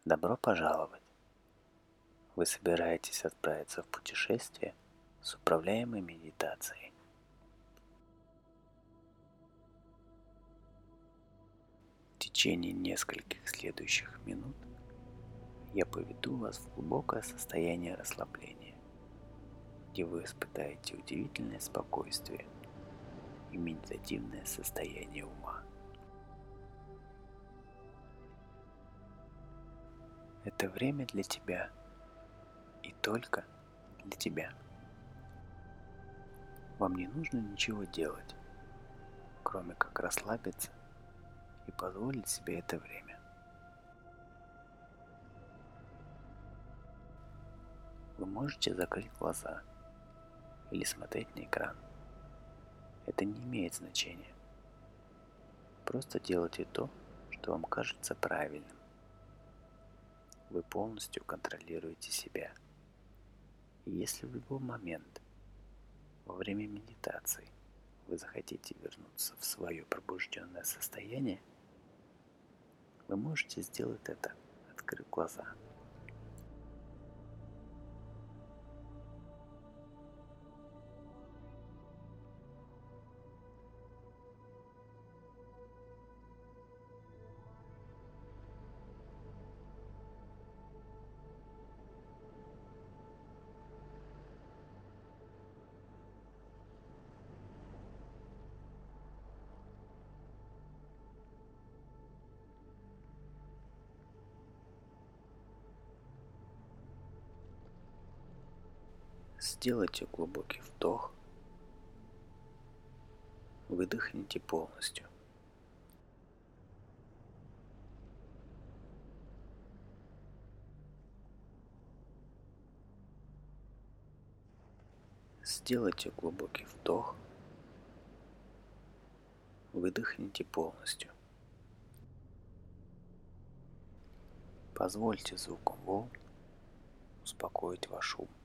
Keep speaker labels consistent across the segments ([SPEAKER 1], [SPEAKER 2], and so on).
[SPEAKER 1] Добро пожаловать! Вы собираетесь отправиться в путешествие с управляемой медитацией. В течение нескольких следующих минут я поведу вас в глубокое состояние расслабления, где вы испытаете удивительное спокойствие и медитативное состояние ума. Это время для тебя и только для тебя. Вам не нужно ничего делать, кроме как расслабиться и позволить себе это время. Вы можете закрыть глаза или смотреть на экран. Это не имеет значения. Просто делайте то, что вам кажется правильным. Вы полностью контролируете себя. И если в любой момент во время медитации вы захотите вернуться в свое пробужденное состояние, вы можете сделать это, открыв глаза. Сделайте глубокий вдох, выдохните полностью. Сделайте глубокий вдох, выдохните полностью. Позвольте звукам волн успокоить ваш ум.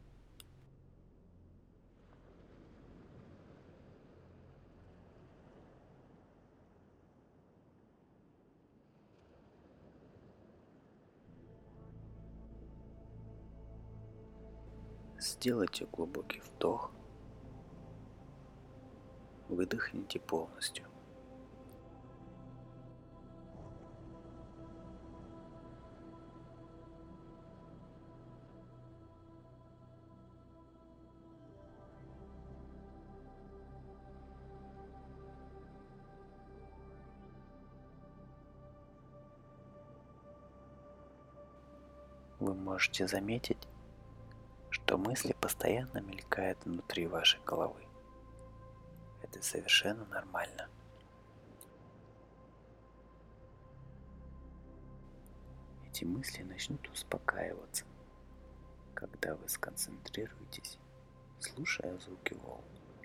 [SPEAKER 1] Сделайте глубокий вдох, выдохните полностью. Вы можете заметить, что мысли постоянно мелькают внутри вашей головы. Это совершенно нормально. Эти мысли начнут успокаиваться, когда вы сконцентрируетесь, слушая звуки волн.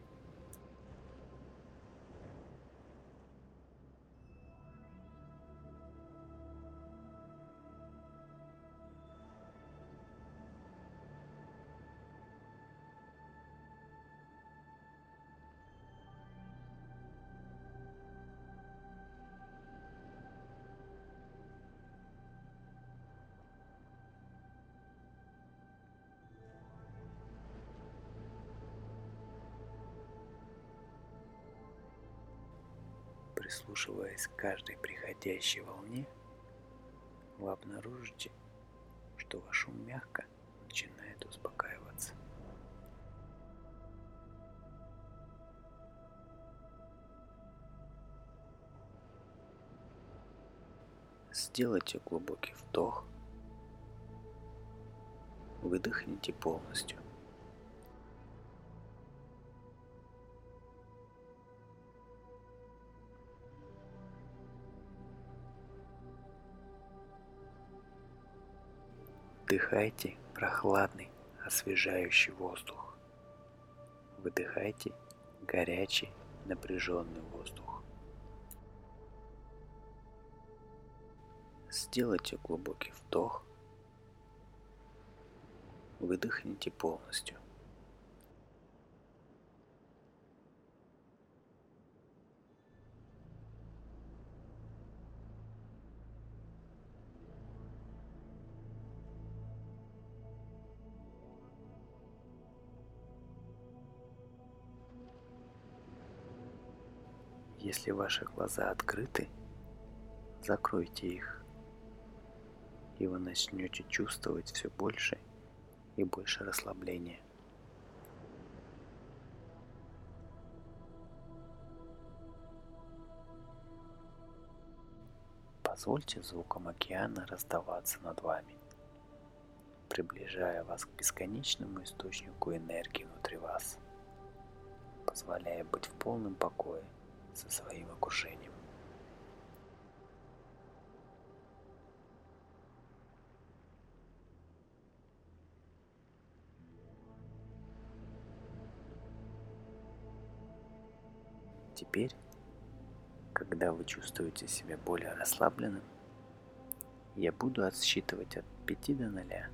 [SPEAKER 1] Прислушиваясь к каждой приходящей волне, вы обнаружите, что ваш ум мягко начинает успокаиваться. Сделайте глубокий вдох, выдохните полностью. Вдыхайте прохладный, освежающий воздух. Выдыхайте горячий, напряженный воздух. Сделайте глубокий вдох, выдохните полностью. Если ваши глаза открыты, закройте их, и вы начнете чувствовать все больше и больше расслабления. Позвольте звукам океана раздаваться над вами, приближая вас к бесконечному источнику энергии внутри вас, позволяя быть в полном покое со своим окружением. Теперь, когда вы чувствуете себя более расслабленным, я буду отсчитывать от 5 до 0.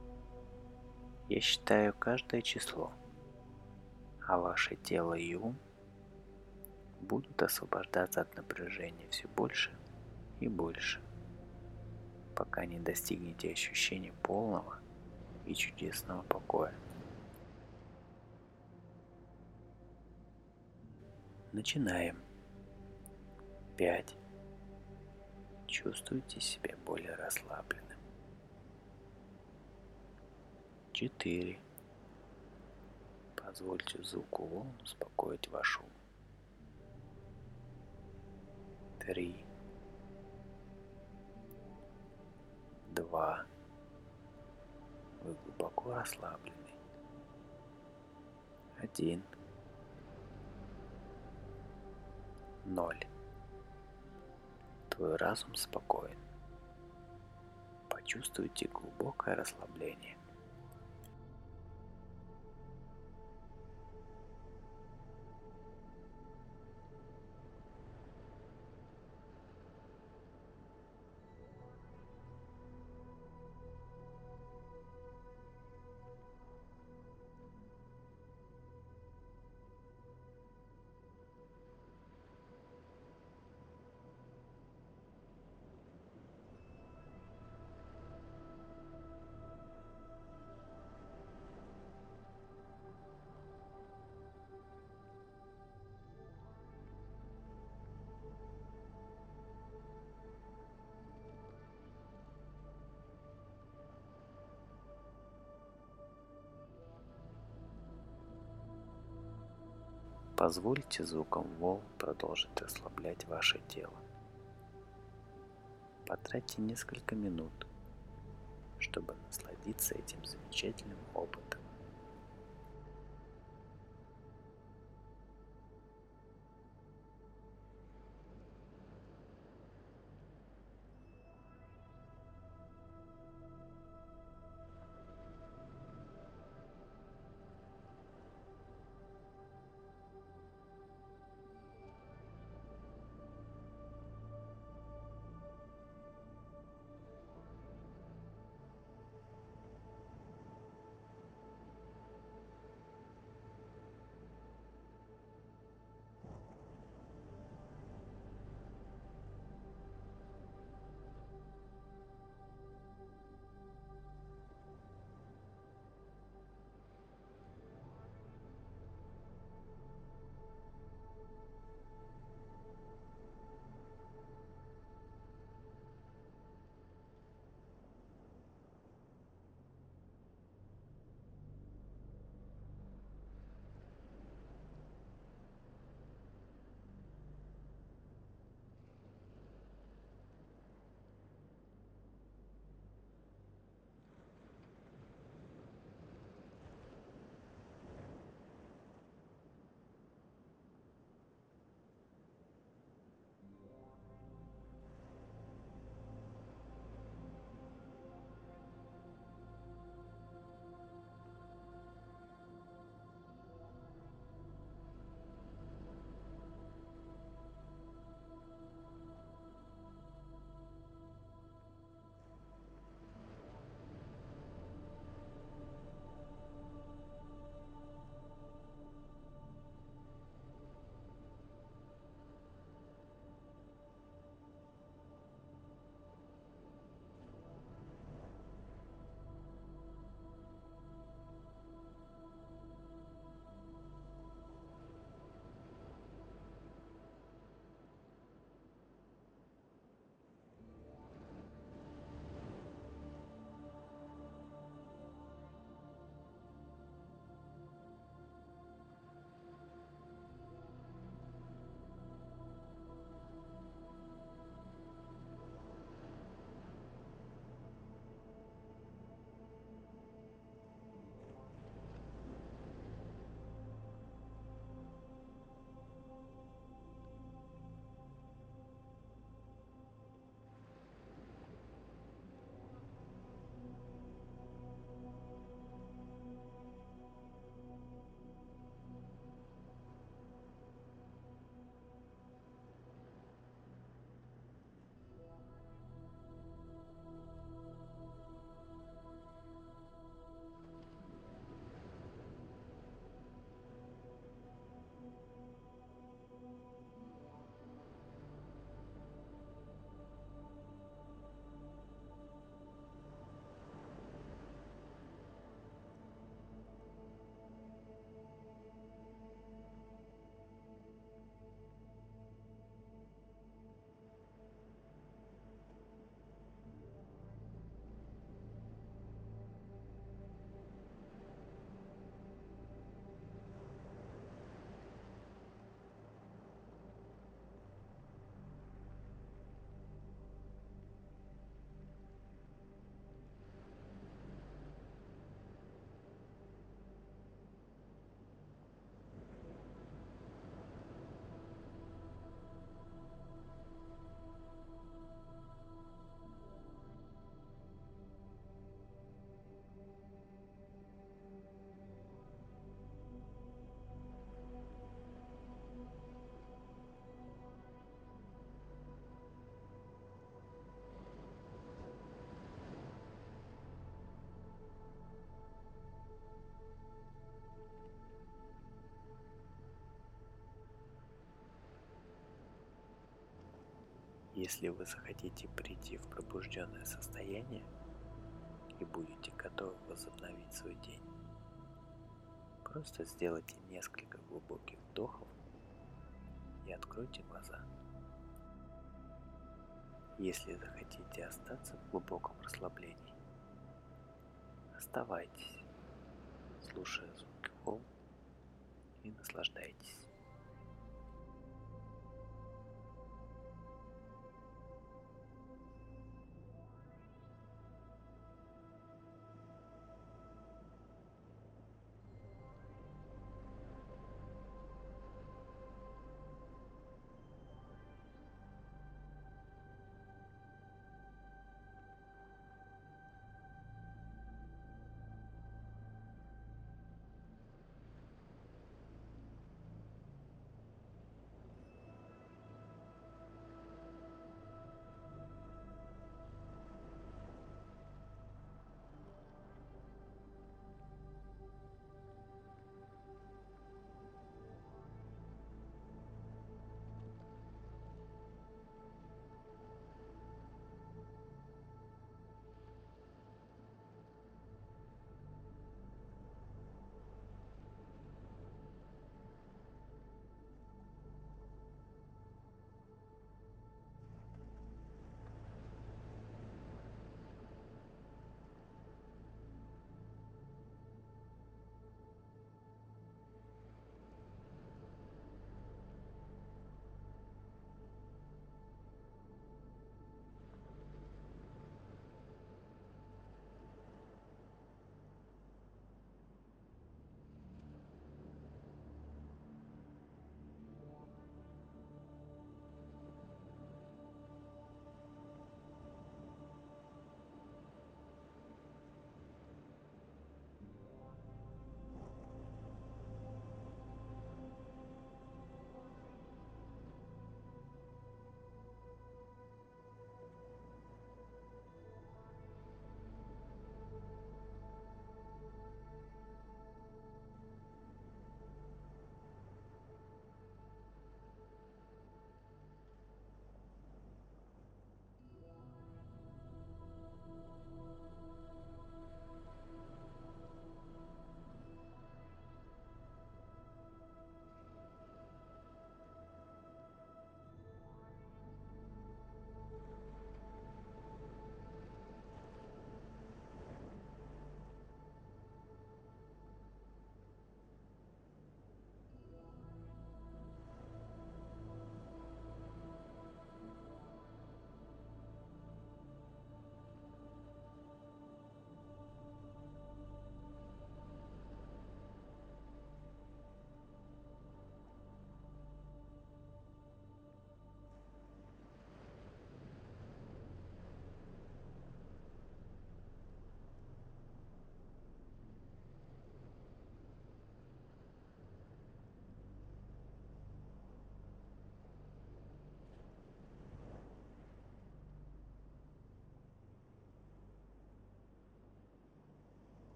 [SPEAKER 1] Я считаю каждое число, а ваше тело и ум будут освобождаться от напряжения все больше и больше, пока не достигнете ощущения полного и чудесного покоя. Начинаем. 5. Чувствуйте себя более расслабленным. 4. Позвольте звуку волн успокоить ваш ум. 3. 2. Вы глубоко расслаблены. 1. 0. Твой разум спокоен. Почувствуйте глубокое расслабление. Позвольте звукам волн продолжить расслаблять ваше тело. Потратьте несколько минут, чтобы насладиться этим замечательным опытом. Если вы захотите прийти в пробужденное состояние и будете готовы возобновить свой день, просто сделайте несколько глубоких вдохов и откройте глаза. Если захотите остаться в глубоком расслаблении, оставайтесь, слушая звуки волн и наслаждайтесь.